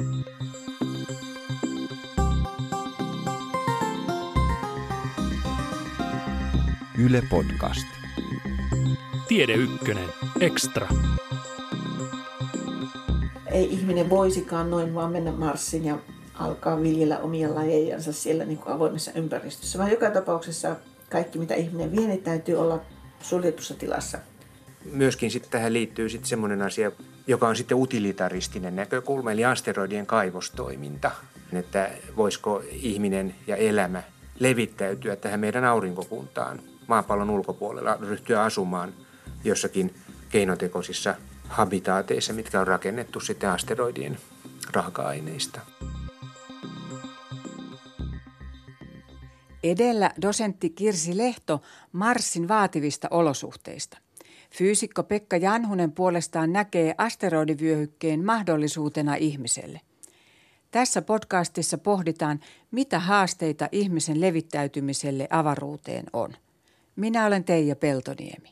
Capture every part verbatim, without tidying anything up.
Yle Podcast. Tiede Ykkönen. Extra. Ei ihminen voisikaan noin vaan mennä Marsiin ja alkaa viljellä omia lajejansa siellä niin kuin avoimessa ympäristössä, vaan joka tapauksessa kaikki, mitä ihminen vie, niin täytyy olla suljetussa tilassa. Myöskin sitten tähän liittyy sitten semmoinen asia, joka on sitten utilitaristinen näkökulma, eli asteroidien kaivostoiminta. Että voisiko ihminen ja elämä levittäytyä tähän meidän aurinkokuntaan, maapallon ulkopuolella, ryhtyä asumaan jossakin keinotekoisissa habitaateissa, mitkä on rakennettu sitten asteroidien raaka-aineista. Edellä dosentti Kirsi Lehto Marsin vaativista olosuhteista. Fyysikko Pekka Janhunen puolestaan näkee asteroidivyöhykkeen mahdollisuutena ihmiselle. Tässä podcastissa pohditaan, mitä haasteita ihmisen levittäytymiselle avaruuteen on. Minä olen Teija Peltoniemi.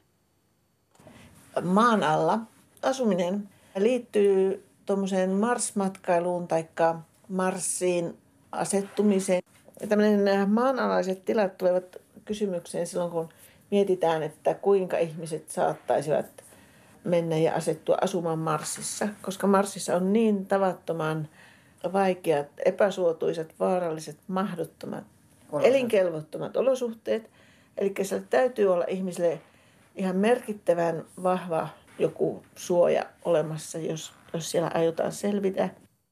Maan alla asuminen liittyy tuommoiseen Mars-matkailuun tai Marsiin asettumiseen. Tämmöinen maanalaiset tilat tulevat kysymykseen silloin, kun mietitään, että kuinka ihmiset saattaisivat mennä ja asettua asumaan Marsissa. Koska Marsissa on niin tavattoman vaikeat, epäsuotuisat, vaaralliset, mahdottomat, olosuhteet. elinkelvottomat olosuhteet. Eli siellä täytyy olla ihmisille ihan merkittävän vahva joku suoja olemassa, jos, jos siellä aiotaan selvitä.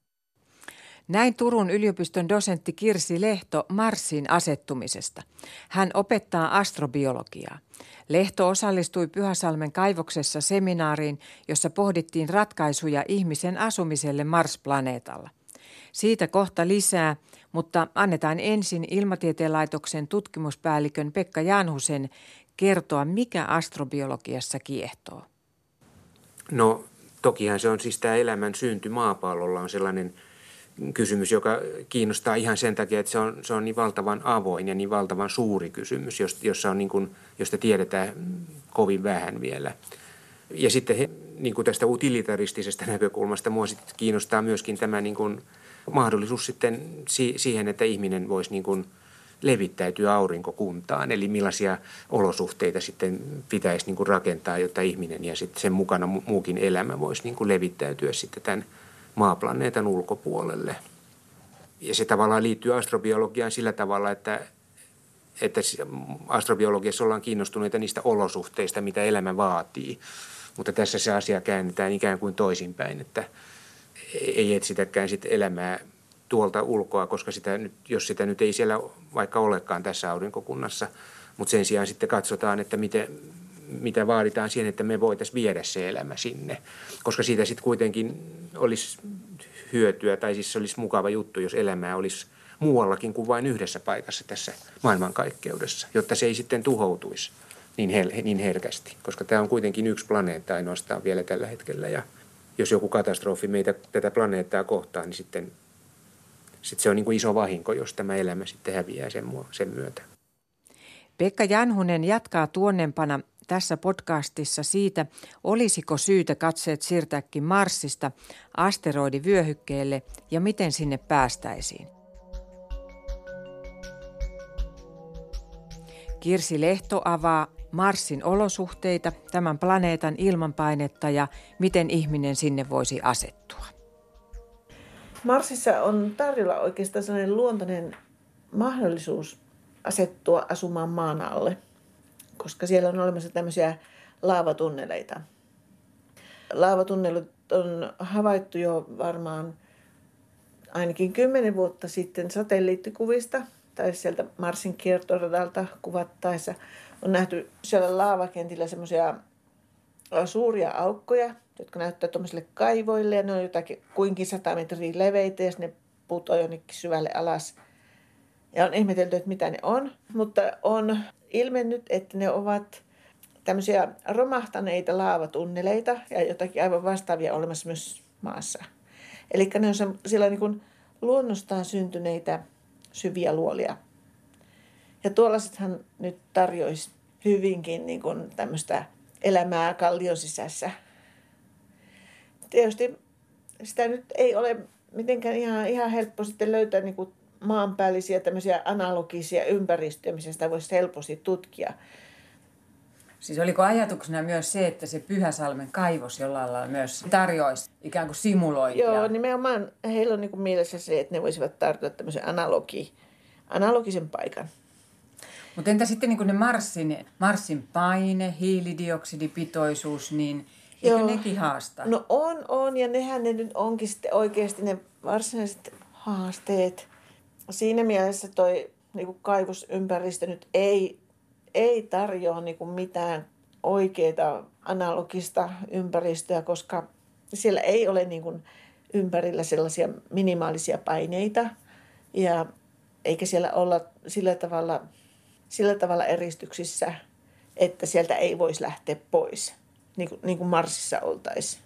Näin Turun yliopiston dosentti Kirsi Lehto Marsiin asettumisesta. Hän opettaa astrobiologiaa. Lehto osallistui Pyhäsalmen kaivoksessa seminaariin, jossa pohdittiin ratkaisuja ihmisen asumiselle Mars-planeetalla. Siitä kohta lisää, mutta annetaan ensin Ilmatieteen laitoksen tutkimuspäällikön Pekka Janhusen kertoa, mikä astrobiologiassa kiehtoo. No tokihan se on siis tämä elämän synty maapallolla on sellainen kysymys, joka kiinnostaa ihan sen takia, että se on, se on niin valtavan avoin ja niin valtavan suuri kysymys, jossa on niin kuin, josta tiedetään kovin vähän vielä. Ja sitten he, niin kuin tästä utilitaristisesta näkökulmasta mua sitten kiinnostaa myöskin tämä niin kuin mahdollisuus sitten si- siihen, että ihminen voisi niin kuin levittäytyä aurinkokuntaan. Eli millaisia olosuhteita sitten pitäisi niin kuin rakentaa, jotta ihminen ja sitten sen mukana muukin elämä voisi niin kuin levittäytyä sitten tämän maaplaneetan ulkopuolelle. Ja se tavallaan liittyy astrobiologiaan sillä tavalla, että, että astrobiologiassa ollaan kiinnostuneita niistä olosuhteista, mitä elämä vaatii. Mutta tässä se asia käännetään ikään kuin toisinpäin, että ei etsitäkään sit elämää tuolta ulkoa, koska sitä nyt, jos sitä nyt ei siellä vaikka olekaan tässä aurinkokunnassa, mutta sen sijaan sitten katsotaan, että miten, mitä vaaditaan siihen, että me voitaisiin viedä se elämä sinne. Koska siitä sitten kuitenkin olisi hyötyä, tai siis se olisi mukava juttu, jos elämää olisi muuallakin kuin vain yhdessä paikassa tässä maailmankaikkeudessa, jotta se ei sitten tuhoutuisi niin, hel- niin herkästi. Koska tämä on kuitenkin yksi planeetta ainoastaan vielä tällä hetkellä, ja jos joku katastrofi meitä tätä planeettaa kohtaa, niin sitten, sitten se on niin kuin iso vahinko, jos tämä elämä sitten häviää sen, sen myötä. Pekka Janhunen jatkaa tuonnempana tässä podcastissa siitä, olisiko syytä katseet siirtääkin Marsista asteroidivyöhykkeelle ja miten sinne päästäisiin. Kirsi Lehto avaa Marsin olosuhteita, tämän planeetan ilmanpainetta ja miten ihminen sinne voisi asettua. Marsissa on tarjolla oikeastaan sellainen luontainen mahdollisuus asettua asumaan maan alle, koska siellä on olemassa tämmöisiä laavatunneleita. Laavatunnelit on havaittu jo varmaan ainakin kymmenen vuotta sitten satelliittikuvista tai sieltä Marsin kiertoradalta kuvattaessa. On nähty siellä laavakentillä semmoisia suuria aukkoja, jotka näyttää tuollaisille kaivoille ja ne on jotakin kuinkin sata metriä leveitä ja ne putoaa jonnekin syvälle alas. Ja on ihmetelty, että mitä ne on, mutta on ilmennyt, että ne ovat tämmöisiä romahtaneita laavatunneleita ja jotakin aivan vastaavia olemassa myös maassa. Eli ne on siellä niin kuin luonnostaan syntyneitä syviä luolia. Ja tuollaisethan nyt tarjoisi hyvinkin niin kuin tämmöistä elämää kallion sisässä. Tietysti sitä nyt ei ole mitenkään ihan, ihan helppo sitten löytää niin kuin maanpäällisiä tämmöisiä analogisia ympäristöjä, missä sitä voisi helposti tutkia. Siis oliko ajatuksena myös se, että se Pyhäsalmen kaivos jollain lailla myös tarjoaisi ikään kuin simulointia? Joo, nimenomaan heillä on niin kuin mielessä se, että ne voisivat tarjota tämmöisen analogi, analogisen paikan. Mutta entä sitten niin ne Marsin, Marsin paine, hiilidioksidipitoisuus, niin eikö Joo. nekin haastaa? No on, on, ja nehän ne nyt onkin sitten oikeasti ne varsinaiset haasteet. Siinä mielessä toi niin kuin kaivosympäristö nyt ei, ei tarjoa niin kuin mitään oikeaa analogista ympäristöä, koska siellä ei ole niin kuin ympärillä sellaisia minimaalisia paineita, ja eikä siellä olla sillä tavalla, sillä tavalla eristyksissä, että sieltä ei voisi lähteä pois, niin kuin, niin kuin Marsissa oltaisiin.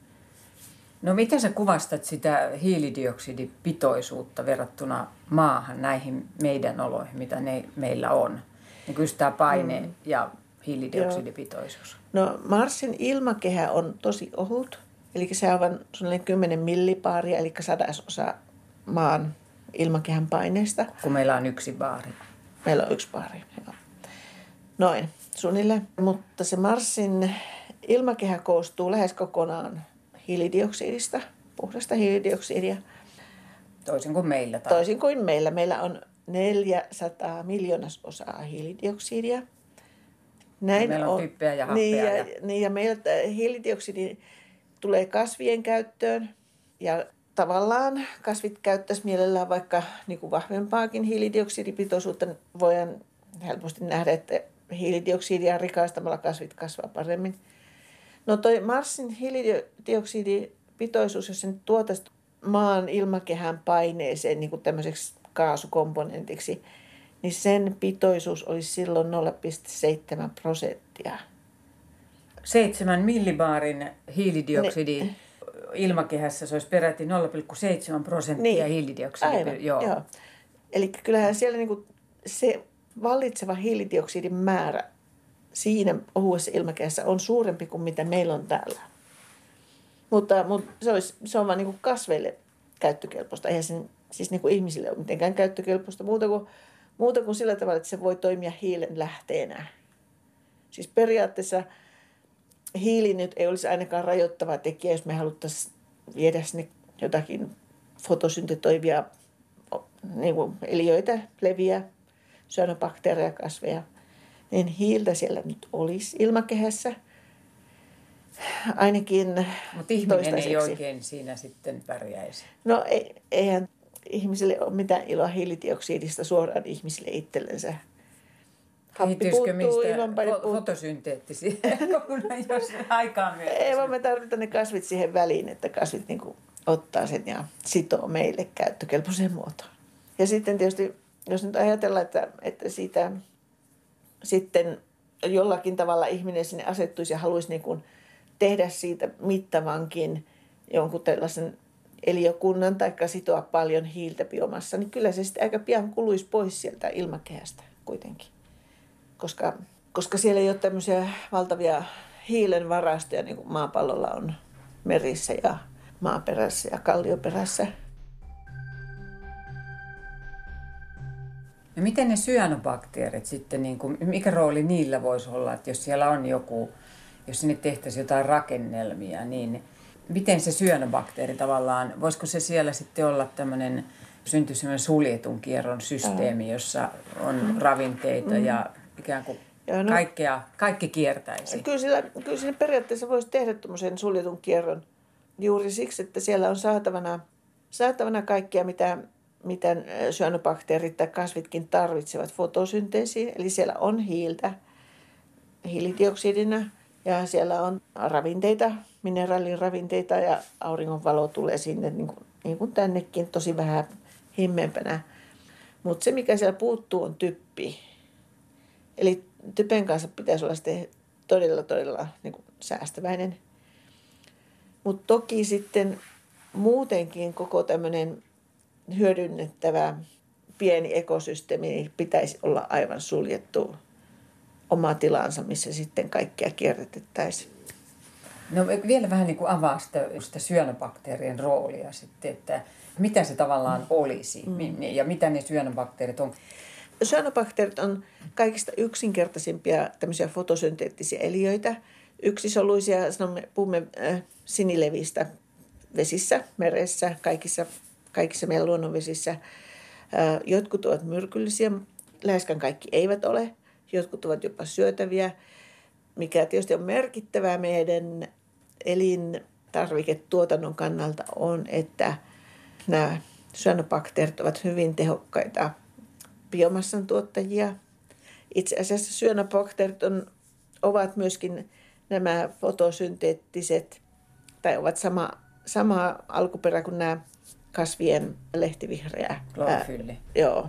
No miten sä kuvastat sitä hiilidioksidipitoisuutta verrattuna maahan, näihin meidän oloihin, mitä ne meillä on? Niin kuin tämä paine mm. ja hiilidioksidipitoisuus. No Marsin ilmakehä on tosi ohut, eli se on vain suunnilleen kymmenen millibaaria, eli sadasosa maan ilmakehän paineesta. Kun meillä on yksi baari. Meillä on yksi baari, joo. Noin, suunnilleen. Mutta se Marsin ilmakehä koostuu lähes kokonaan hiilidioksidista, puhdasta hiilidioksidia. Toisin kuin meillä. Tai... Toisin kuin meillä. Meillä on neljäsataa miljoonasosaa hiilidioksidia. Näin meillä on, on typpeä ja happea. Niin ja, ja... Niin ja meiltä hiilidioksidi tulee kasvien käyttöön. Ja tavallaan kasvit käyttäisi mielellään vaikka niin kuin vahvempaakin hiilidioksidipitoisuutta. Voidaan helposti nähdä, että hiilidioksidia rikastamalla kasvit kasvaa paremmin. No toi Marsin hiilidioksidipitoisuus, jos sen tuotaisi maan ilmakehän paineeseen niin kuin tämmöiseksi kaasukomponentiksi, niin sen pitoisuus olisi silloin nolla pilkku seitsemän prosenttia. Seitsemän millibaarin hiilidioksidi ne. Ilmakehässä se olisi peräti nolla pilkku seitsemän prosenttia niin. hiilidioksidia. Aivan, joo. joo. Eli kyllähän siellä niin kuin se vallitseva hiilidioksidin määrä siinä ohuessa ilmakehässä on suurempi kuin mitä meillä on täällä. Mutta, mutta se, olisi, se on vain niin kuin kasveille käyttökelpoista. Eihän sen siis niin kuin ihmisille ole mitenkään käyttökelpoista muuta kuin, muuta kuin sillä tavalla, että se voi toimia hiilen lähteenä. Siis periaatteessa hiili nyt ei olisi ainakaan rajoittava tekijä, jos me haluttaisiin viedä sinne jotakin fotosyntetoivia niin kuin eliöitä, leviä, syanobakteereja, kasveja. Niin hiiltä siellä nyt olisi ilmakehässä. Ainakin mutta ihminen ei oikein siinä sitten pärjäisi. No ei, eihän ihmisille ole mitään iloa hiilidioksidista suoraan ihmisille itsellensä. Happi puuttuu, ilmanpaine puuttuu. Fotosynteettisiä, jos aikaa myöhemmin. Ei vaan me tarvitaan ne kasvit siihen väliin, että kasvit niin kuin ottaa sen ja sitoo meille käyttökelpoiseen muotoon. Ja sitten tietysti, jos nyt ajatellaan, että, että siitä sitten jollakin tavalla ihminen sinne asettuisi ja haluaisi niin kuin tehdä siitä mittavankin jonkun tällaisen eliökunnan tai sitoa paljon hiiltä biomassa, niin kyllä se sitten aika pian kuluisi pois sieltä ilmakehästä kuitenkin. Koska, koska siellä ei ole tämmöisiä valtavia hiilen varastoja, niin kuin maapallolla on merissä ja maaperässä ja kallioperässä. No miten ne syanobakteerit sitten, niin kuin, mikä rooli niillä voisi olla, että jos siellä on joku, jos sinne tehtäisiin jotain rakennelmia, niin miten se syanobakteeri tavallaan, voisiko se siellä sitten olla tämmöinen, syntyy semmoinen suljetun kierron systeemi, jossa on ravinteita mm. ja ikään kuin ja no, kaikkea, kaikki kiertäisi? Kyllä, sillä, kyllä siinä periaatteessa voisi tehdä tuommoisen suljetun kierron juuri siksi, että siellä on saatavana, saatavana kaikkea, mitä, mitä syanobakteerit tai kasvitkin tarvitsevat fotosynteesiin. Eli siellä on hiiltä hiilidioksidina ja siellä on ravinteita, mineraaliravinteita ja auringonvalo tulee sinne niin kuin, niin kuin tännekin tosi vähän himmeämpänä. Mutta se, mikä siellä puuttuu, on typpi. Eli typen kanssa pitäisi olla sitten todella, todella niin kuin säästäväinen. Mutta toki sitten muutenkin koko tämmöinen hyödynnettävä pieni ekosysteemi pitäisi olla aivan suljettu oma tilansa, missä sitten kaikkea kierrätettäisiin. No vielä vähän niin kuin avaa sitä, sitä syönobakteerien roolia sitten, että mitä se tavallaan olisi mm. ja mitä ne syönobakteerit on. Syönobakteerit on kaikista yksinkertaisimpia tämmöisiä fotosynteettisiä eliöitä. Yksisoluisia, sanomme, puhumme äh, sinilevistä vesissä, meressä, kaikissa, kaikissa meidän luonnonvesissä. Äh, jotkut ovat myrkyllisiä, läheskään kaikki eivät ole. Jotkut ovat jopa syötäviä, mikä tietysti on merkittävää meidän elintarviketuotannon kannalta on, että nämä syönobakteerit ovat hyvin tehokkaita biomassan tuottajia. Itse asiassa syönobakteerit on, ovat myöskin nämä fotosynteettiset, tai ovat sama, sama alkuperä kuin nämä kasvien lehtivihreä. Klorofylli. Joo.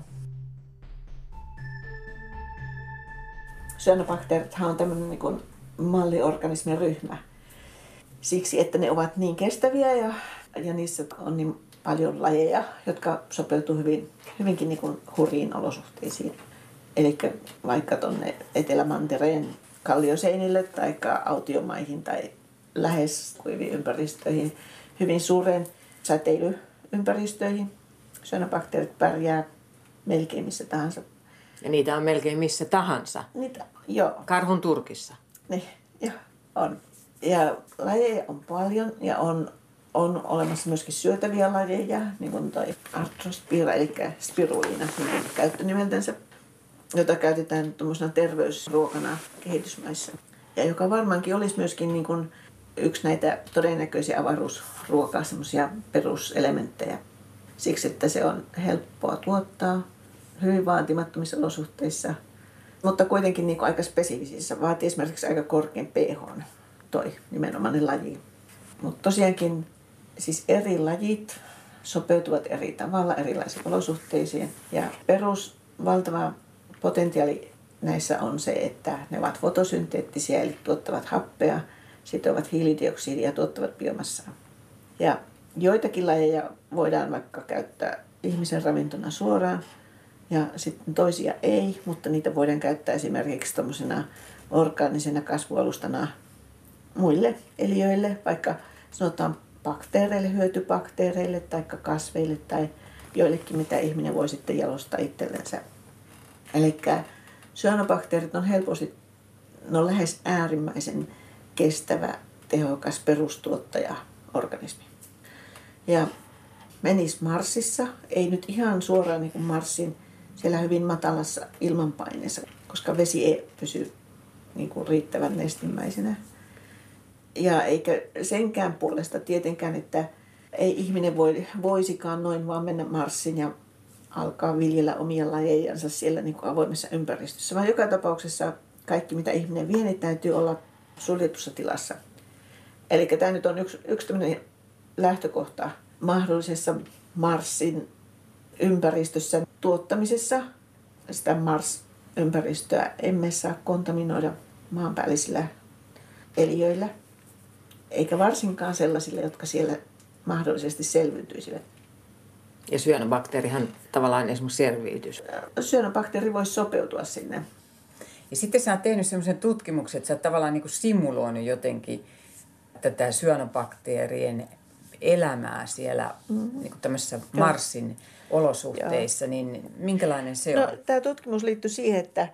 Syönobakteerithan on tämmöinen niin kuin malliorganismin ryhmä. Siksi, että ne ovat niin kestäviä ja, ja niissä on niin paljon lajeja, jotka sopeutuu hyvin, hyvinkin niin kuin hurjiin olosuhteisiin. Eli vaikka tuonne Etelämantereen kallioseinille tai autiomaihin tai lähes kuiviin ympäristöihin, hyvin suureen säteilyympäristöihin. Syönobakteerit pärjää melkein missä tahansa. Ja niitä on melkein missä tahansa. Niitä, joo. Karhun Turkissa. Niin, joo, on. Ja lajeja on paljon ja on, on olemassa myöskin syötäviä lajeja, niin kuin toi Arthrospira, eli spiruliina, niin käyttönimeltänsä, jota käytetään tuommoisena terveysruokana kehitysmaissa. Ja joka varmaankin olisi myöskin niin kuin yksi näitä todennäköisiä avaruusruokaa, semmoisia peruselementtejä. Siksi, että se on helppoa tuottaa hyvin vaatimattomissa olosuhteissa, mutta kuitenkin niin kuin aika spesifisissä. Vaatii esimerkiksi aika korkean pH toi nimenomainen laji. Mutta tosiaankin siis eri lajit sopeutuvat eri tavalla erilaisiin olosuhteisiin. Ja perus valtava potentiaali näissä on se, että ne ovat fotosynteettisiä, eli tuottavat happea, sitovat hiilidioksidia ja tuottavat biomassaa. Ja joitakin lajeja voidaan vaikka käyttää ihmisen ravintona suoraan, ja sitten toisia ei, mutta niitä voidaan käyttää esimerkiksi tuommoisena orgaanisena kasvualustana muille eliöille, vaikka sanotaan bakteereille, hyötybakteereille tai kasveille tai joillekin, mitä ihminen voi sitten jalostaa itsellensä. Eli syönobakteerit on helposti, ne on lähes äärimmäisen kestävä, tehokas perustuottaja-organismi. Ja menis Marsissa, ei nyt ihan suoraan niin kuin Marsin, siellä hyvin matalassa ilmanpaineessa, koska vesi ei pysy niin kuin riittävän nestemäisenä. Ja eikä senkään puolesta tietenkään, että ei ihminen voi, voisikaan noin vaan mennä Marsiin ja alkaa viljellä omia lajejansa siellä niin kuin avoimessa ympäristössä, vaan joka tapauksessa kaikki, mitä ihminen vie, niin täytyy olla suljetussa tilassa. Eli tämä nyt on yksi, yksi tämmöinen lähtökohta mahdollisessa Marsin ympäristössä tuottamisessa. Sitä Mars-ympäristöä emme saa kontaminoida maanpäällisillä eliöillä, eikä varsinkaan sellaisilla, jotka siellä mahdollisesti selviytyisivät. Ja syönobakteerihan tavallaan esimerkiksi selviytyisi. Syönobakteeri voisi sopeutua sinne. Ja sitten sä oot tehnyt semmoisen tutkimuksen, että sä oot tavallaan niin kuin simuloinut jotenkin tätä syönobakteerien elämää siellä mm-hmm. niin kuin tämmöisessä Marsin olosuhteissa, Joo. niin minkälainen se no, on? Tämä tutkimus liittyi siihen, että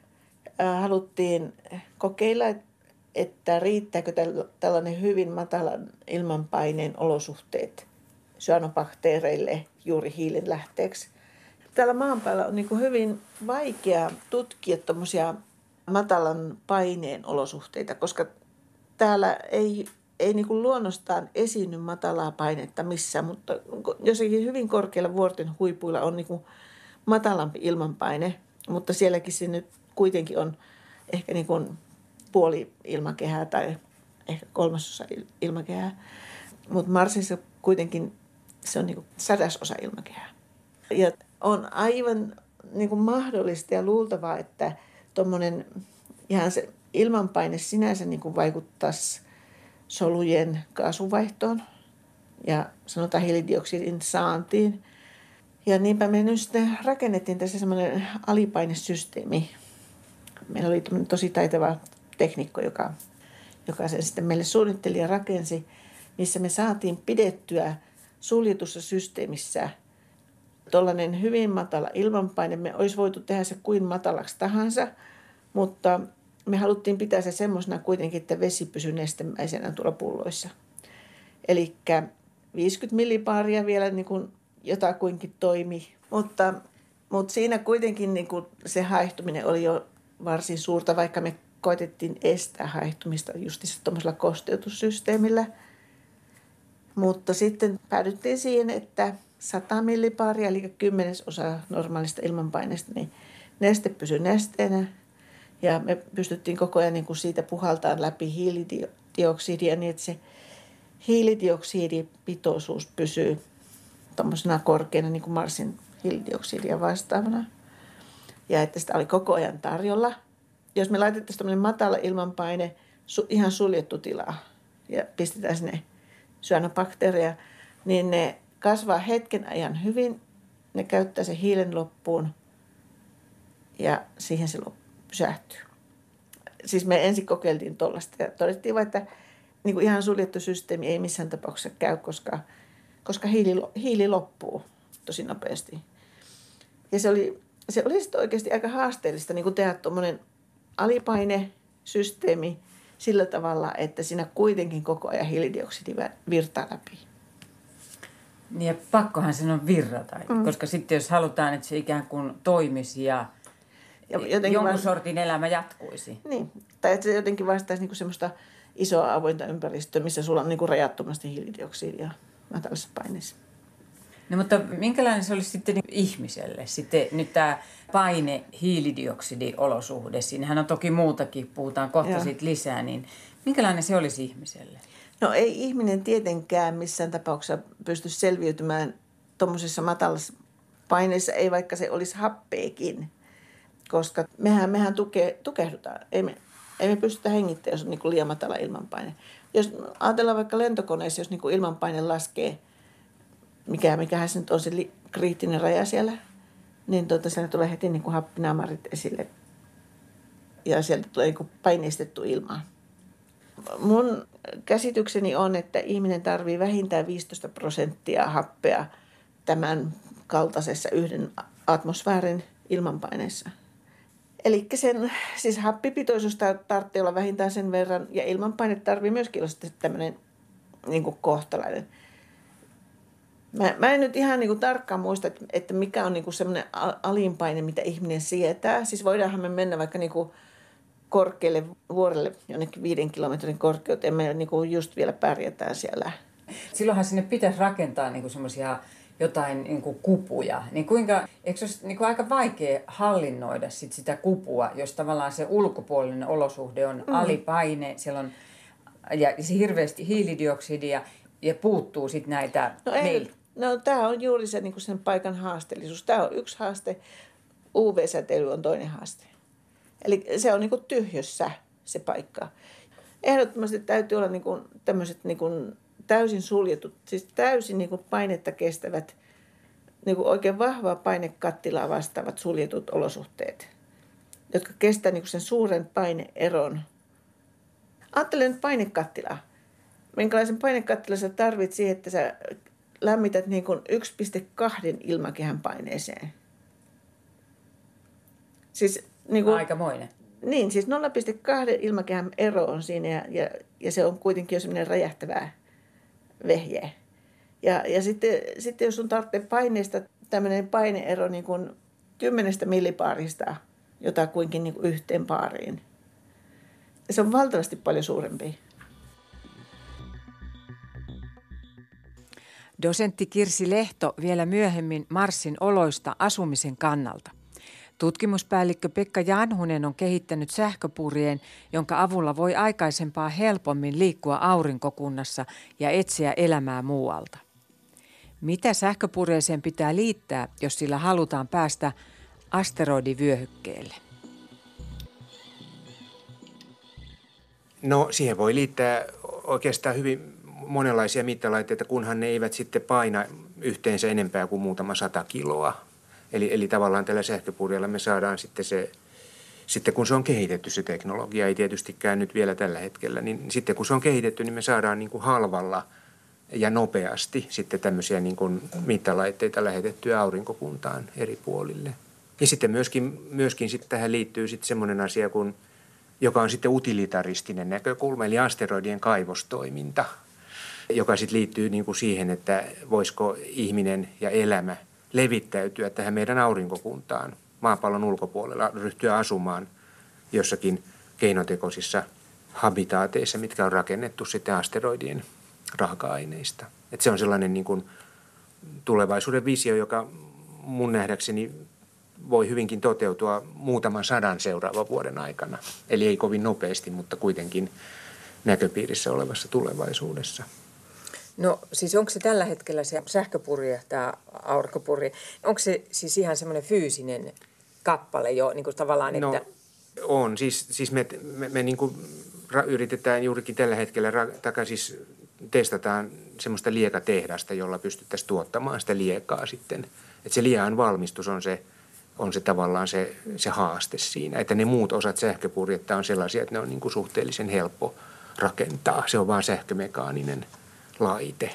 haluttiin kokeilla, että riittääkö tällainen hyvin matalan ilmanpaineen olosuhteet syönobakteereille juuri hiilen lähteeksi. Täällä maan päällä on niin kuin hyvin vaikea tutkia tuommoisia matalan paineen olosuhteita, koska täällä ei, ei niin kuin luonnostaan esiinny matalaa painetta missään, mutta jossakin hyvin korkeilla vuorten huipuilla on niin kuin matalampi ilmanpaine, mutta sielläkin se nyt kuitenkin on ehkä niin kuin puoli ilmakehää tai ehkä kolmasosa ilmakehää, mutta Marsissa kuitenkin se on niin kuin sadasosa ilmakehää. Ja on aivan niin kuin mahdollista ja luultavaa, että tuommoinen ihan se ilmanpaine sinänsä niin kuin vaikuttaisi solujen kaasuvaihtoon ja sanotaan hiilidioksidin saantiin. Ja niinpä me nyt sitten rakennettiin tässä semmoinen alipainesysteemi. Meillä oli tosi taitava teknikko, joka, joka sen sitten meille suunnitteli ja rakensi, missä me saatiin pidettyä suljetussa systeemissä tuollainen hyvin matala ilmanpaine. Me olisi voitu tehdä se kuin matalaksi tahansa, mutta me haluttiin pitää se semmoisena kuitenkin, että vesi pysyi nestemäisenä tuolla pulloissa. Eli viisikymmentä millibaaria vielä niin kuin jotakuinkin toimi, mutta, mutta siinä kuitenkin niin kuin se haihtuminen oli jo varsin suurta, vaikka me koitettiin estää haihtumista justissa tuollaisella kosteutussysteemillä. Mutta sitten päädyttiin siihen, että sata millibaaria, eli kymmenesosa normaalista ilmanpaineesta, niin neste pysyi nesteenä. Ja me pystyttiin koko ajan niin kuin siitä puhaltamaan läpi hiilidioksidia niin, että se hiilidioksidipitoisuus pysyy tuommoisena korkeana niin kuin Marsin hiilidioksidia vastaavana. Ja että sitä oli koko ajan tarjolla. Jos me laitettaisiin tämmöinen matala ilmanpaine, su, ihan suljettu tila ja pistetään sinne syanobakteereja, niin ne kasvaa hetken ajan hyvin. Ne käyttää sen hiilen loppuun ja siihen se pysähtyy. Siis me ensin kokeiltiin tuollaista ja todettiin vain, että niin kuin ihan suljettu systeemi ei missään tapauksessa käy, koska, koska hiili, hiili loppuu tosi nopeasti. Ja se oli, se oli sitten oikeasti aika haasteellista niin kuin tehdä tuommoinen alipainesysteemi sillä tavalla, että siinä kuitenkin koko ajan hiilidioksidi virtaa läpi. Niin ja pakkohan sen on virrata, mm. koska sitten jos halutaan, että se ikään kuin toimisi ja, ja jonkun vasta... sortin elämä jatkuisi. Niin, tai että se jotenkin vastaisi niinku semmoista isoa avointa ympäristöä, missä sulla on niinku rajattomasti hiilidioksidia matalassa paineessa. No mutta minkälainen se olisi sitten ihmiselle? Sitten nyt tämä paine hiilidioksidiolosuhde, siinähän on toki muutakin, puhutaan kohta Joo. siitä lisää, niin minkälainen se olisi ihmiselle? No ei ihminen tietenkään missään tapauksessa pysty selviytymään tuommoisessa matalassa paineessa, ei vaikka se olisi happeekin, koska mehän, mehän tuke, tukehdutaan. Ei me, ei me pystytä hengittämään, jos on niin kuin liian matala ilmanpaine. Jos ajatellaan vaikka lentokoneessa, jos niin kuin ilmanpaine laskee, mikä, mikähän se nyt on se li, kriittinen raja siellä, niin tuota, siellä tulee heti niin kuin happinaamarit esille ja sieltä tulee niin kuin paineistettu ilmaa. Mun käsitykseni on, että ihminen tarvitsee vähintään viisitoista prosenttia happea tämän kaltaisessa yhden atmosfäärin ilmanpaineessa. Eli sen, siis happipitoisuus tarvitsee olla vähintään sen verran ja ilmanpaine tarvitsee myöskin olla sitten tämmöinen niin kuin kohtalainen. Mä, mä en nyt ihan niin kuin tarkkaan muista, että, että mikä on niin kuin semmoinen alinpaine, mitä ihminen sietää. Siis voidaanhan me mennä vaikka niin kuin korkealle vuorelle, jonnekin viiden kilometrin korkeuteen. Me niin kuin just vielä pärjätään siellä. Silloinhan sinne pitäisi rakentaa niin kuin semmoisia jotain niin kuin kupuja. Niin kuinka, eikö se olisi niin kuin aika vaikea hallinnoida sit sitä kupua, jos tavallaan se ulkopuolinen olosuhde on mm. alipaine, siellä on ja hirveästi hiilidioksidia ja puuttuu sitten näitä... No, ei, no tämä on juuri se, niin kuin sen paikan haasteellisuus. Tämä on yksi haaste, U V-säteily on toinen haaste. Eli se on niin kuin tyhjössä se paikka. Ehdottomasti täytyy olla niin kuin tämmöiset niin kuin täysin suljetut, siis täysin niin kuin painetta kestävät, niin kuin oikein vahvaa painekattilaa vastaavat suljetut olosuhteet, jotka kestää niin kuin sen suuren paineeron. Ajattele nyt painekattilaa. Minkälaisen painekattilan sä tarvitset siihen, että sä lämmität niin kuin yksi pilkku kaksi ilmakehän paineeseen? Siis niin kuin, aikamoinen. Niin, siis nolla pilkku kaksi ilmakehän ero on siinä ja, ja, ja se on kuitenkin jo semmoinen räjähtävää vehje. Ja, ja sitten, sitten jos sun tarvitsee paineesta tämmöinen paineero niin kuin kymmenestä millibaarista jotakuinkin niin kuin yhteen baariin. Se on valtavasti paljon suurempi. Dosentti Kirsi Lehto vielä myöhemmin Marsin oloista asumisen kannalta. Tutkimuspäällikkö Pekka Janhunen on kehittänyt sähköpurjeen, jonka avulla voi aikaisempaa helpommin liikkua aurinkokunnassa ja etsiä elämää muualta. Mitä sähköpurjeeseen pitää liittää, jos sillä halutaan päästä asteroidivyöhykkeelle? No siihen voi liittää oikeastaan hyvin monenlaisia mittalaitteita, kunhan ne eivät sitten paina yhteensä enempää kuin muutama sata kiloa. Eli, eli tavallaan tällä sähköpurjella me saadaan sitten se sitten kun se on kehitetty se teknologia, ei tietystikään nyt vielä tällä hetkellä, niin sitten kun se on kehitetty, niin me saadaan niin kuin halvalla ja nopeasti sitten tämmöisiä niin kuin mittalaitteita lähetettyä aurinkokuntaan eri puolille. Ja sitten myöskin, myöskin sitten tähän liittyy sitten semmoinen asia, kun, joka on sitten utilitaristinen näkökulma, eli asteroidien kaivostoiminta, joka sitten liittyy niin kuin siihen, että voisiko ihminen ja elämä levittäytyä tähän meidän aurinkokuntaan maapallon ulkopuolella, ryhtyä asumaan jossakin keinotekoisissa habitaateissa, mitkä on rakennettu sitten asteroidien raaka-aineista. Et se on sellainen niin kuin tulevaisuuden visio, joka mun nähdäkseni voi hyvinkin toteutua muutaman sadan seuraavan vuoden aikana. Eli ei kovin nopeasti, mutta kuitenkin näköpiirissä olevassa tulevaisuudessa. No siis onko se tällä hetkellä se sähköpurje, tämä aurinkopurje, onko se siis ihan semmoinen fyysinen kappale jo niin kuin tavallaan, että... No on, siis, siis me, me, me niin kuin ra- yritetään juurikin tällä hetkellä, ra- taka, siis testataan semmoista liekatehdasta, jolla pystyttäisiin tuottamaan sitä liekaa sitten. Että se liean valmistus on se, on se tavallaan se, se haaste siinä, että ne muut osat sähköpurjetta on sellaisia, että ne on niin kuin suhteellisen helppo rakentaa. Se on vaan sähkömekaaninen laite.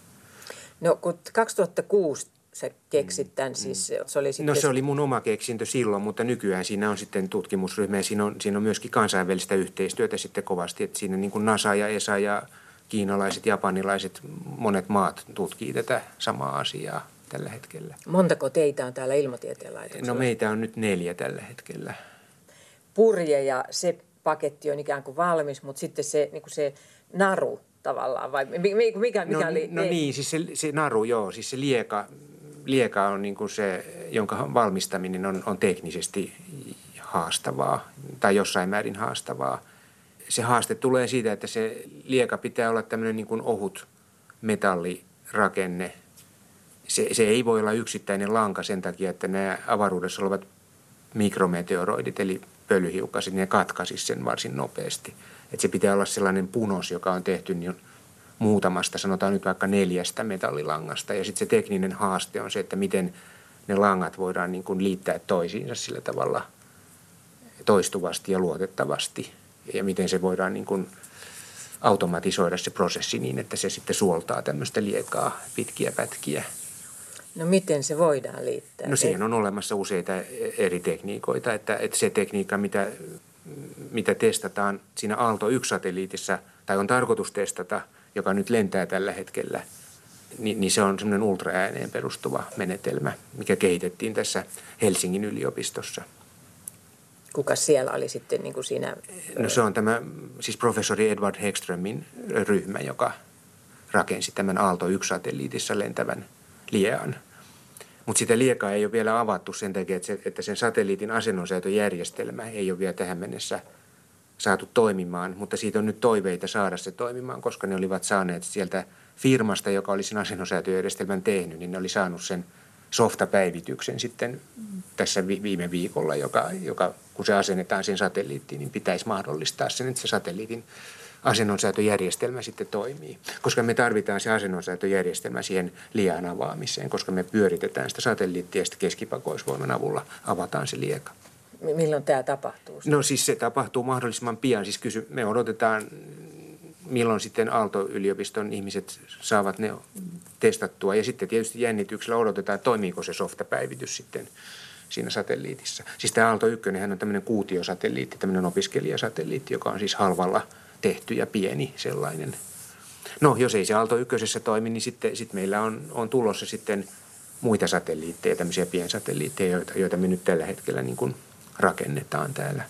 No kun kaksituhattakuusi sä keksit tämän, siis se oli sitten... No se oli mun oma keksintö silloin, mutta nykyään siinä on sitten tutkimusryhmä ja siinä on, siinä on myöskin kansainvälistä yhteistyötä sitten kovasti, että siinä niin kuin NASA ja E S A ja kiinalaiset, japanilaiset, monet maat tutkii tätä samaa asiaa tällä hetkellä. Montako teitä on täällä Ilmatieteen laitoksella? No meitä on nyt neljä tällä hetkellä. Purje ja se paketti on ikään kuin valmis, mutta sitten se, niin kuin se naru tavallaan, vai mikä, mikä no, oli? No niin, siis se, se naru, joo, siis se lieka, lieka on niin kuin se, jonka valmistaminen on, on teknisesti haastavaa tai jossain määrin haastavaa. Se haaste tulee siitä, että se lieka pitää olla tämmöinen niin kuin ohut metallirakenne. Se, se ei voi olla yksittäinen lanka sen takia, että nämä avaruudessa olevat mikrometeoroidit, eli pölyhiukkaset, ne katkaisisi sen varsin nopeasti. Että se pitää olla sellainen punos, joka on tehty niin muutamasta, sanotaan nyt vaikka neljästä metallilangasta. Ja sitten se tekninen haaste on se, että miten ne langat voidaan niin kuin liittää toisiinsa sillä tavalla toistuvasti ja luotettavasti. Ja miten se voidaan niin kuin automatisoida se prosessi niin, että se sitten suoltaa tämmöistä liekaa pitkiä pätkiä. No miten se voidaan liittää? No siihen on olemassa useita eri tekniikoita, että, että se tekniikka, mitä, mitä testataan siinä Aalto yksi -satelliitissa, tai on tarkoitus testata, joka nyt lentää tällä hetkellä, niin, niin se on semmoinen ultraääneen perustuva menetelmä, mikä kehitettiin tässä Helsingin yliopistossa. Kuka siellä oli sitten niin kuin siinä? No se on tämä, siis professori Edward Häggströmin ryhmä, joka rakensi tämän Aalto yksi -satelliitissa lentävän liean. Mutta sitä liekaa ei ole vielä avattu sen takia, että, se, että sen satelliitin asennonsäätöjärjestelmä ei ole vielä tähän mennessä saatu toimimaan. Mutta siitä on nyt toiveita saada se toimimaan, koska ne olivat saaneet sieltä firmasta, joka oli sen asennonsäätöjärjestelmän tehnyt, niin ne oli saanut sen softapäivityksen sitten tässä viime viikolla, joka, joka kun se asennetaan sen satelliittiin, niin pitäisi mahdollistaa sen, että se satelliitin asennonsäätöjärjestelmä sitten toimii. Koska me tarvitaan se asennonsäätöjärjestelmä siihen liean avaamiseen, koska me pyöritetään sitä satelliittia ja sitten keskipakoisvoiman avulla avataan se lieka. Milloin tämä tapahtuu? No siis se tapahtuu mahdollisimman pian. Siis kysy, me odotetaan, milloin sitten Aalto-yliopiston ihmiset saavat ne testattua. Ja sitten tietysti jännityksellä odotetaan, että toimiiko se softapäivitys sitten siinä satelliitissa. Siis tämä Aalto yksi on tämmöinen kuutiosatelliitti, tämmöinen opiskelijasatelliitti, joka on siis halvalla tehty ja pieni sellainen. No, jos ei se Aalto ykkösessä toimi, niin sitten, sitten meillä on, on tulossa sitten muita satelliitteja, tämmöisiä piensatelliitteja, joita, joita me nyt tällä hetkellä niin kuin rakennetaan täällä.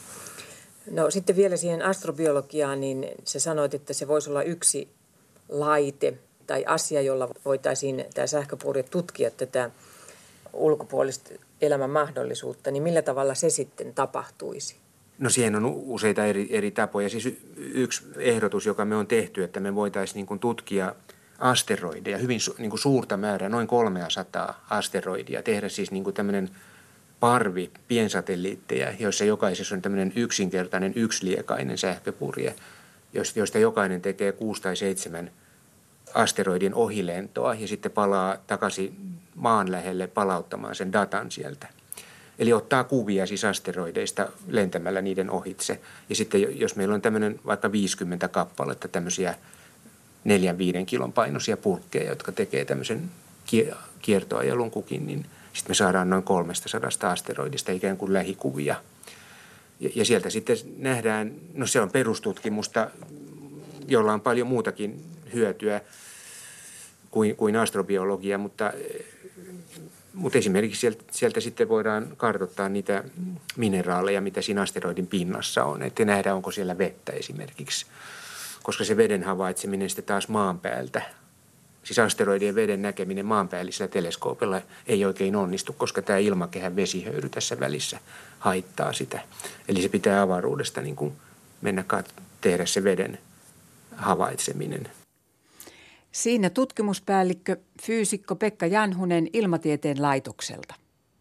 No sitten vielä siihen astrobiologiaan, niin sä sanoit, että se voisi olla yksi laite tai asia, jolla voitaisiin tämä sähköpurje tutkia tätä ulkopuolista elämän mahdollisuutta, niin millä tavalla se sitten tapahtuisi? No siihen on useita eri, eri tapoja. Siis y- yksi ehdotus, joka me on tehty, että me voitaisiin niin kuin tutkia asteroideja, hyvin su- niin kuin suurta määrää, noin kolmesataa asteroidia, tehdä siis niin kuin tämmöinen parvi piensatelliitteja, joissa jokaisessa on tämmöinen yksinkertainen yksiliekainen sähköpurje, joista jokainen tekee kuusi tai seitsemän asteroidin ohilentoa ja sitten palaa takaisin maan lähelle palauttamaan sen datan sieltä. Eli ottaa kuvia siis asteroideista lentämällä niiden ohitse. Ja sitten jos meillä on tämmöinen vaikka viisikymmentä kappaletta tämmöisiä neljän viiden kilon painoisia purkkeja, jotka tekee tämmöisen kiertoajelun kukin, niin sitten me saadaan noin kolmestasadasta asteroidista ikään kuin lähikuvia. Ja, ja sieltä sitten nähdään, no se on perustutkimusta, jolla on paljon muutakin hyötyä kuin, kuin astrobiologia, mutta, mutta esimerkiksi sieltä, sieltä sitten voidaan kartoittaa niitä mineraaleja, mitä siinä asteroidin pinnassa on, että nähdään, onko siellä vettä esimerkiksi, koska se veden havaitseminen sitten taas maan päältä, siis asteroidien veden näkeminen maanpäällisellä teleskoopilla ei oikein onnistu, koska tämä ilmakehän vesihöyry tässä välissä haittaa sitä. Eli se pitää avaruudesta niin kuin mennä tehdä se veden havaitseminen. Siinä tutkimuspäällikkö, fyysikko Pekka Janhunen Ilmatieteen laitokselta.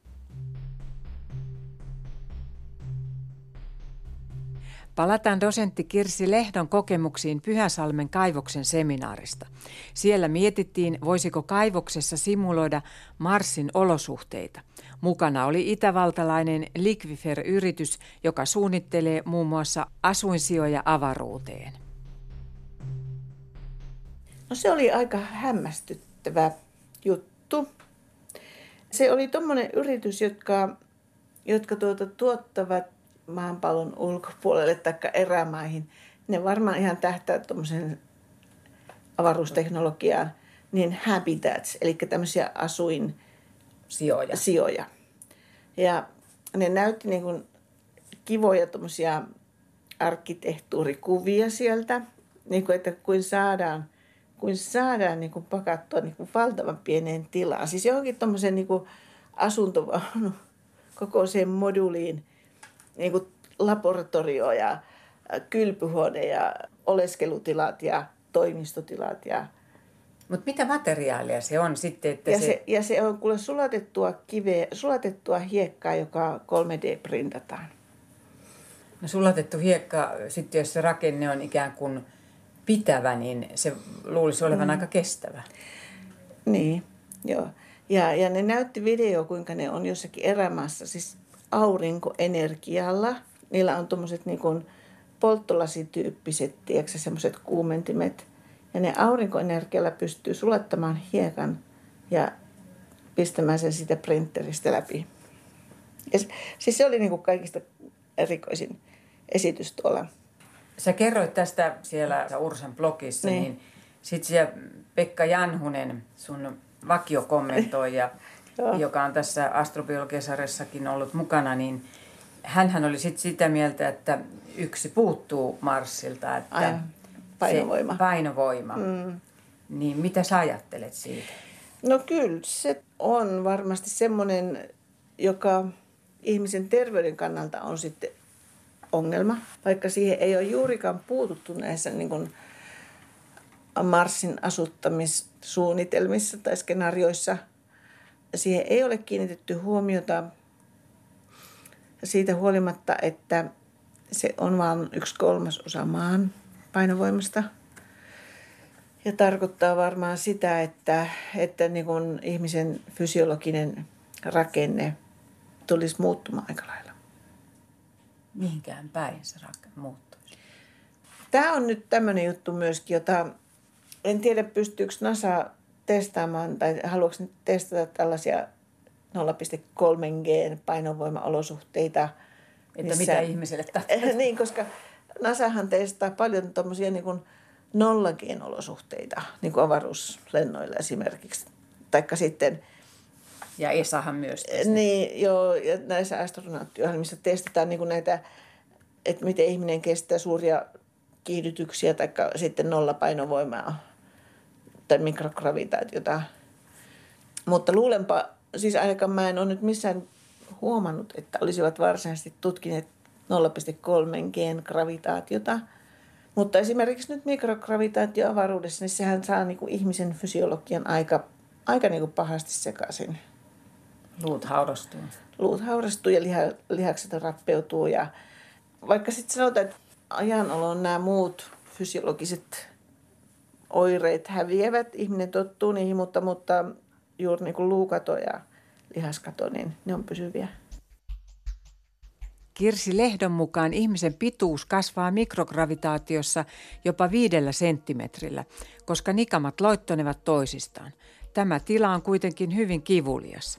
Palataan dosentti Kirsi Lehdon kokemuksiin Pyhäsalmen kaivoksen seminaarista. Siellä mietittiin, voisiko kaivoksessa simuloida Marsin olosuhteita. Mukana oli itävaltalainen Liquifer-yritys, joka suunnittelee muun muassa asuinsijoja avaruuteen. No se oli aika hämmästyttävä juttu. Se oli tommoinen yritys, jotka, jotka tuota, tuottavat maanpallon ulkopuolelle tai erämaihin. Ne varmaan ihan tähtää tuommoisen avaruusteknologiaan, niin habitats, eli tämmöisiä asuin Sijoja. sijoja. Ja ne näytti niin kuin kivoja tuommoisia arkkitehtuurikuvia sieltä, niin kuin, että kuin saadaan, kuin saadaan niin kuin pakattua niin kuin valtavan pieneen tilaan. Siis johonkin tuommoiseen niin kuin asuntovaunu kokoiseen moduliin, niin kuin laboratorio ja kylpyhuone ja oleskelutilat ja toimistotilat. Ja Mutta mitä materiaalia se on sitten? Että ja, se... se, ja se on kuule sulatettua kiveä, sulatettua hiekkaa, joka kolme D-printataan. No sulatettu hiekka, sitten jos se rakenne on ikään kuin pitävä, niin se luulisi olevan mm. aika kestävä. Niin, joo. Ja, ja ne näytti video, kuinka ne on jossakin erämaassa, siis aurinkoenergialla. Niillä on tuommoiset niin kuin polttolasityyppiset, tiedätkö, semmoiset kuumentimet. Ja ne aurinkoenergialla pystyy sulattamaan hiekan ja pistämään sen siitä printeristä läpi. Ja se, siis se oli niin kuin kaikista erikoisin esitys tuolla. Sä kerroit tästä siellä Ursan blogissa, niin, niin sitten siellä Pekka Janhunen, sun vakiokommentoija, joka on tässä astrobiologiasarjassakin ollut mukana, niin hänhän oli sitten sitä mieltä, että yksi puuttuu Marsilta, että Aivan. Painovoima. Se painovoima. Mm. Niin mitä sä ajattelet siitä? No kyllä, se on varmasti semmoinen, joka ihmisen terveyden kannalta on sitten ongelma, vaikka siihen ei ole juurikaan puututtu näissä niin kuin Marsin asuttamissuunnitelmissa tai skenaarioissa. Siihen ei ole kiinnitetty huomiota siitä huolimatta, että se on vain yksi kolmasosa maan painovoimasta. Ja tarkoittaa varmaan sitä, että, että niin kuin ihmisen fysiologinen rakenne tulisi muuttumaan aika lailla. Mihinkään päin se rakenne muuttuisi? Tämä on nyt tämmöinen juttu myöskin, jota en tiedä pystyykö NASA testaamaan tai haluatko nyt testata tällaisia nolla pilkku kolme G painovoima-olosuhteita. Että missä... mitä ihmiselle tapahtuu? Niin, koska NASAhan testaa paljon tuommoisia niin kuin nolla G:n olosuhteita, niin kuin avaruuslennoilla esimerkiksi. Taikka sitten... Ja E S Ahan myös testaa. Niin, joo, ja näissä astronauttiohjelmissa testataan niin kuin näitä, että miten ihminen kestää suuria kiihdytyksiä tai sitten nollapainovoimaa tai mikrogravitaatiota. Mutta luulenpa, siis ainakaan mä en ole nyt missään huomannut, että olisivat varsinaisesti tutkineet nolla pilkku kolme G:n gravitaatiota. Mutta esimerkiksi nyt mikrogravitaatio avaruudessa, niin sehän saa niin kuin ihmisen fysiologian aika, aika niin kuin pahasti sekaisin. Luut haurastuu. Luut haurastuu ja liha, lihakset rappeutuu. Ja vaikka sitten sanotaan, että ajanolon nämä muut fysiologiset oireet häviävät, ihminen tottuu niihin, mutta, mutta juuri niin kuin luukato ja lihaskato, niin ne on pysyviä. Kirsi Lehdon mukaan ihmisen pituus kasvaa mikrogravitaatiossa jopa viidellä senttimetrillä, koska nikamat loittonevat toisistaan. Tämä tila on kuitenkin hyvin kivulias.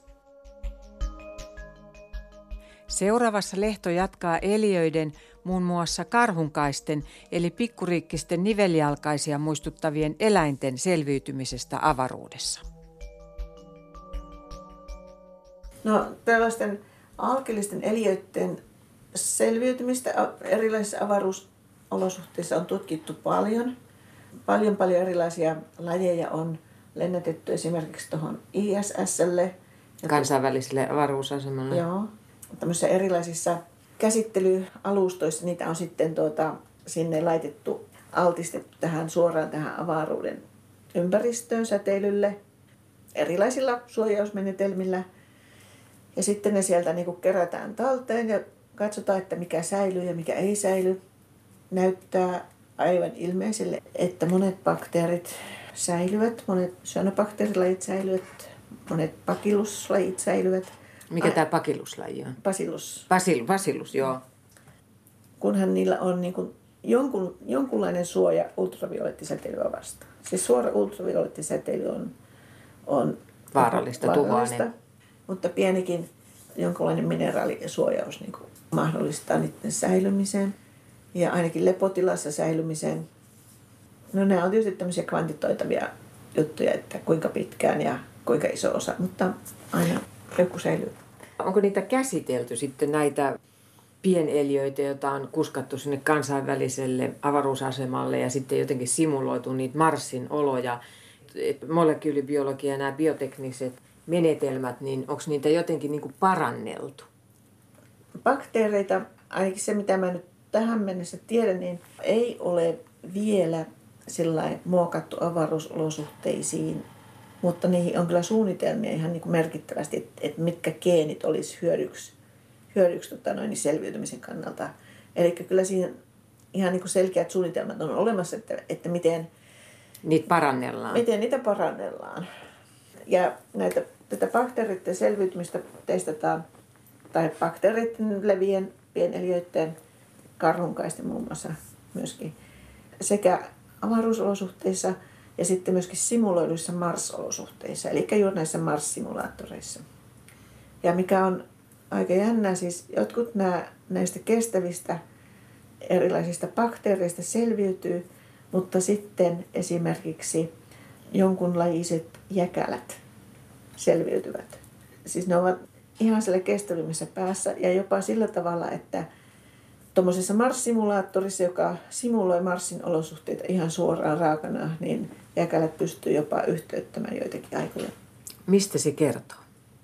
Seuraavassa Lehto jatkaa eliöiden, muun muassa karhunkaisten eli pikkuriikkisten nivelijalkaisia muistuttavien eläinten selviytymisestä avaruudessa. No tällaisten alkeellisten eliöiden selviytymistä erilaisissa avaruusolosuhteissa on tutkittu paljon. Paljon paljon erilaisia lajeja on lennätetty esimerkiksi tuohon I S S:lle. Kansainväliselle avaruusasemalle. Joo. Tämmöisissä erilaisissa käsittelyalustoissa niitä on sitten tuota, sinne laitettu, altistettu tähän suoraan tähän avaruuden ympäristöön, säteilylle, erilaisilla suojausmenetelmillä. Ja sitten ne sieltä niin kuin kerätään talteen ja katsotaan, että mikä säilyy ja mikä ei säily. Näyttää aivan ilmeiselle, että monet bakteerit säilyvät, monet cyanobakteerilajit säilyvät, monet bacilluslajit säilyvät. Mikä tämä bacilluslaji on? Bacillus. Basil, bacillus, joo. Kunhan niillä on niin kuin jonkun, jonkunlainen suoja ultraviolettisäteilyä vastaan. Siis suora ultraviolettisäteily on, on vaarallista, tuhoinen. Mutta pienikin jonkunlainen mineraalisuojaus niin kuin mahdollistaa niiden säilymisen ja ainakin lepotilassa säilymisen. No nämä on tietysti tämmöisiä kvantitoitavia juttuja, että kuinka pitkään ja kuinka iso osa, mutta aina joku säilyy. Onko niitä käsitelty sitten näitä pieneliöitä, joita on kuskattu sinne kansainväliselle avaruusasemalle ja sitten jotenkin simuloitu niitä Marsin oloja, molekyylibiologia ja nämä biotekniset menetelmät, niin onko niitä jotenkin niin kuin paranneltu? Bakteereita, ainakin se mitä mä nyt tähän mennessä tiedän, niin ei ole vielä sellainen muokattu avaruusolosuhteisiin, mutta niihin on kyllä suunnitelmia ihan niin kuin merkittävästi, että, että mitkä geenit olisi hyödyksi, hyödyksi tota noin, selviytymisen kannalta. Eli kyllä siinä ihan niin kuin selkeät suunnitelmat on olemassa, että, että miten, niitä parannellaan. miten niitä parannellaan. Ja näitä, tätä bakteereiden selviytymistä testataan, tai bakteereiden levien, pieneliöiden, karhunkaisten muun muassa myöskin, sekä avaruusolosuhteissa ja sitten myöskin simuloiduissa Mars-olosuhteissa, eli juuri näissä Mars-simulaattoreissa. Ja mikä on aika jännää, siis jotkut nämä, näistä kestävistä erilaisista bakteereista selviytyy, mutta sitten esimerkiksi jonkunlaiset jäkälät selviytyvät. Siis ne ovat ihan siellä kestävimmässä päässä ja jopa sillä tavalla, että tuommoisessa Mars-simulaattorissa, joka simuloi Marsin olosuhteita ihan suoraan raakana, niin jäkälät pystyy jopa yhteyttämään joitakin aikoja. Mistä se kertoo?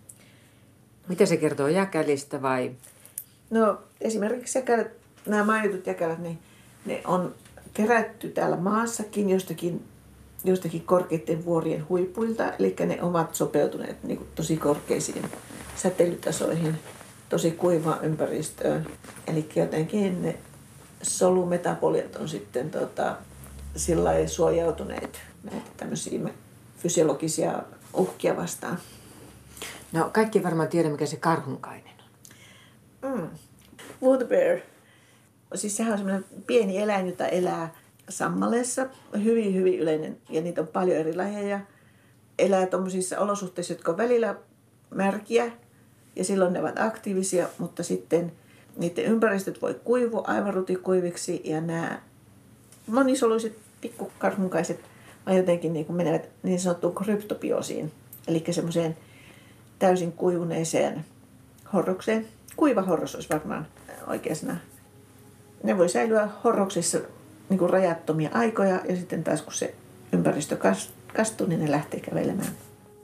Mitä se kertoo, jäkälistä vai? No esimerkiksi jäkälät, nämä mainitut jäkälät, niin ne on kerätty täällä maassakin jostakin, jostakin korkeiden vuorien huipuilta. Eli ne ovat sopeutuneet niin kuin tosi korkeisiin säteilytasoihin, tosi kuivaan ympäristöön. Eli jotenkin ne solumetaboliat on sitten tota, sillä lailla suojautuneet näitä tämmöisiä fysiologisia uhkia vastaan. No kaikki varmaan tiedä, mikä se karhunkainen on. Mm. Water bear. Siis sehän on semmoinen pieni eläin, jota elää sammaleessa. Hyvin, hyvin yleinen ja niitä on paljon eri lajeja. Elää tuommoisissa olosuhteissa, jotka on välillä märkiä ja silloin ne ovat aktiivisia, mutta sitten niiden ympäristöt voi kuivua aivan rutikuiviksi ja nämä monisoluiset pikkukarhunkaiset vaan jotenkin niin kuin menevät niin sanottuun kryptobiosiin, eli semmoiseen täysin kuivuneeseen horrokseen. Kuiva horros olisi varmaan oikea sana. Ne voi säilyä horroksissa niin kuin rajattomia aikoja ja sitten taas kun se ympäristö kastuu, niin ne lähtee kävelemään.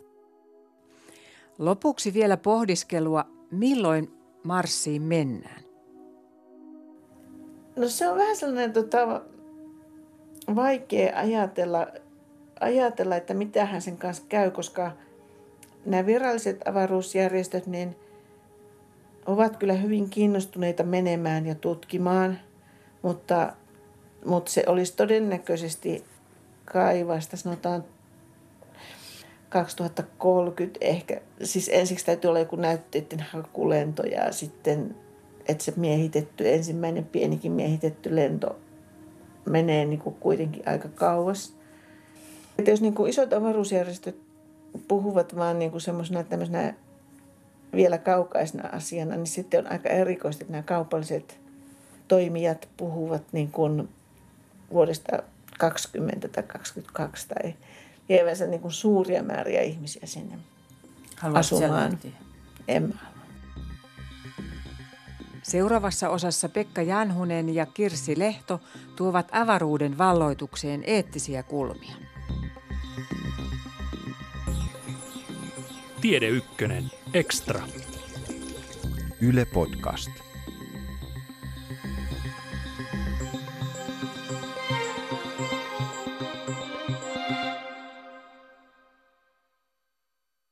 Lopuksi vielä pohdiskelua, milloin Marsiin mennään? No se on vähän sellainen tota, vaikea ajatella, ajatella, että mitähän sen kanssa käy, koska nämä viralliset avaruusjärjestöt niin ovat kyllä hyvin kiinnostuneita menemään ja tutkimaan, mutta, mutta se olisi todennäköisesti kai vasta sanotaan kaksituhattakolmekymmentä ehkä. Siis ensiksi täytyy olla joku näytteiden hakulento ja sitten että se miehitetty, ensimmäinen pienikin miehitetty lento menee niin kuin kuitenkin aika kauas. Että jos niin kuin isot avaruusjärjestöt puhuvat vaan niin kuin semmoisena tämmöisenä vielä kaukaisena asiana, niin sitten on aika erikoista, että nämä kaupalliset toimijat puhuvat niin kuin vuodesta kaksikymmentä tai kaksikymmentäkaksi tai vievänsä niin kuin suuria määriä ihmisiä sinne Haluatko asumaan. En mä halua. Seuraavassa osassa Pekka Janhunen ja Kirsi Lehto tuovat avaruuden valloitukseen eettisiä kulmia. Tiede Ykkönen Extra. Yle Podcast.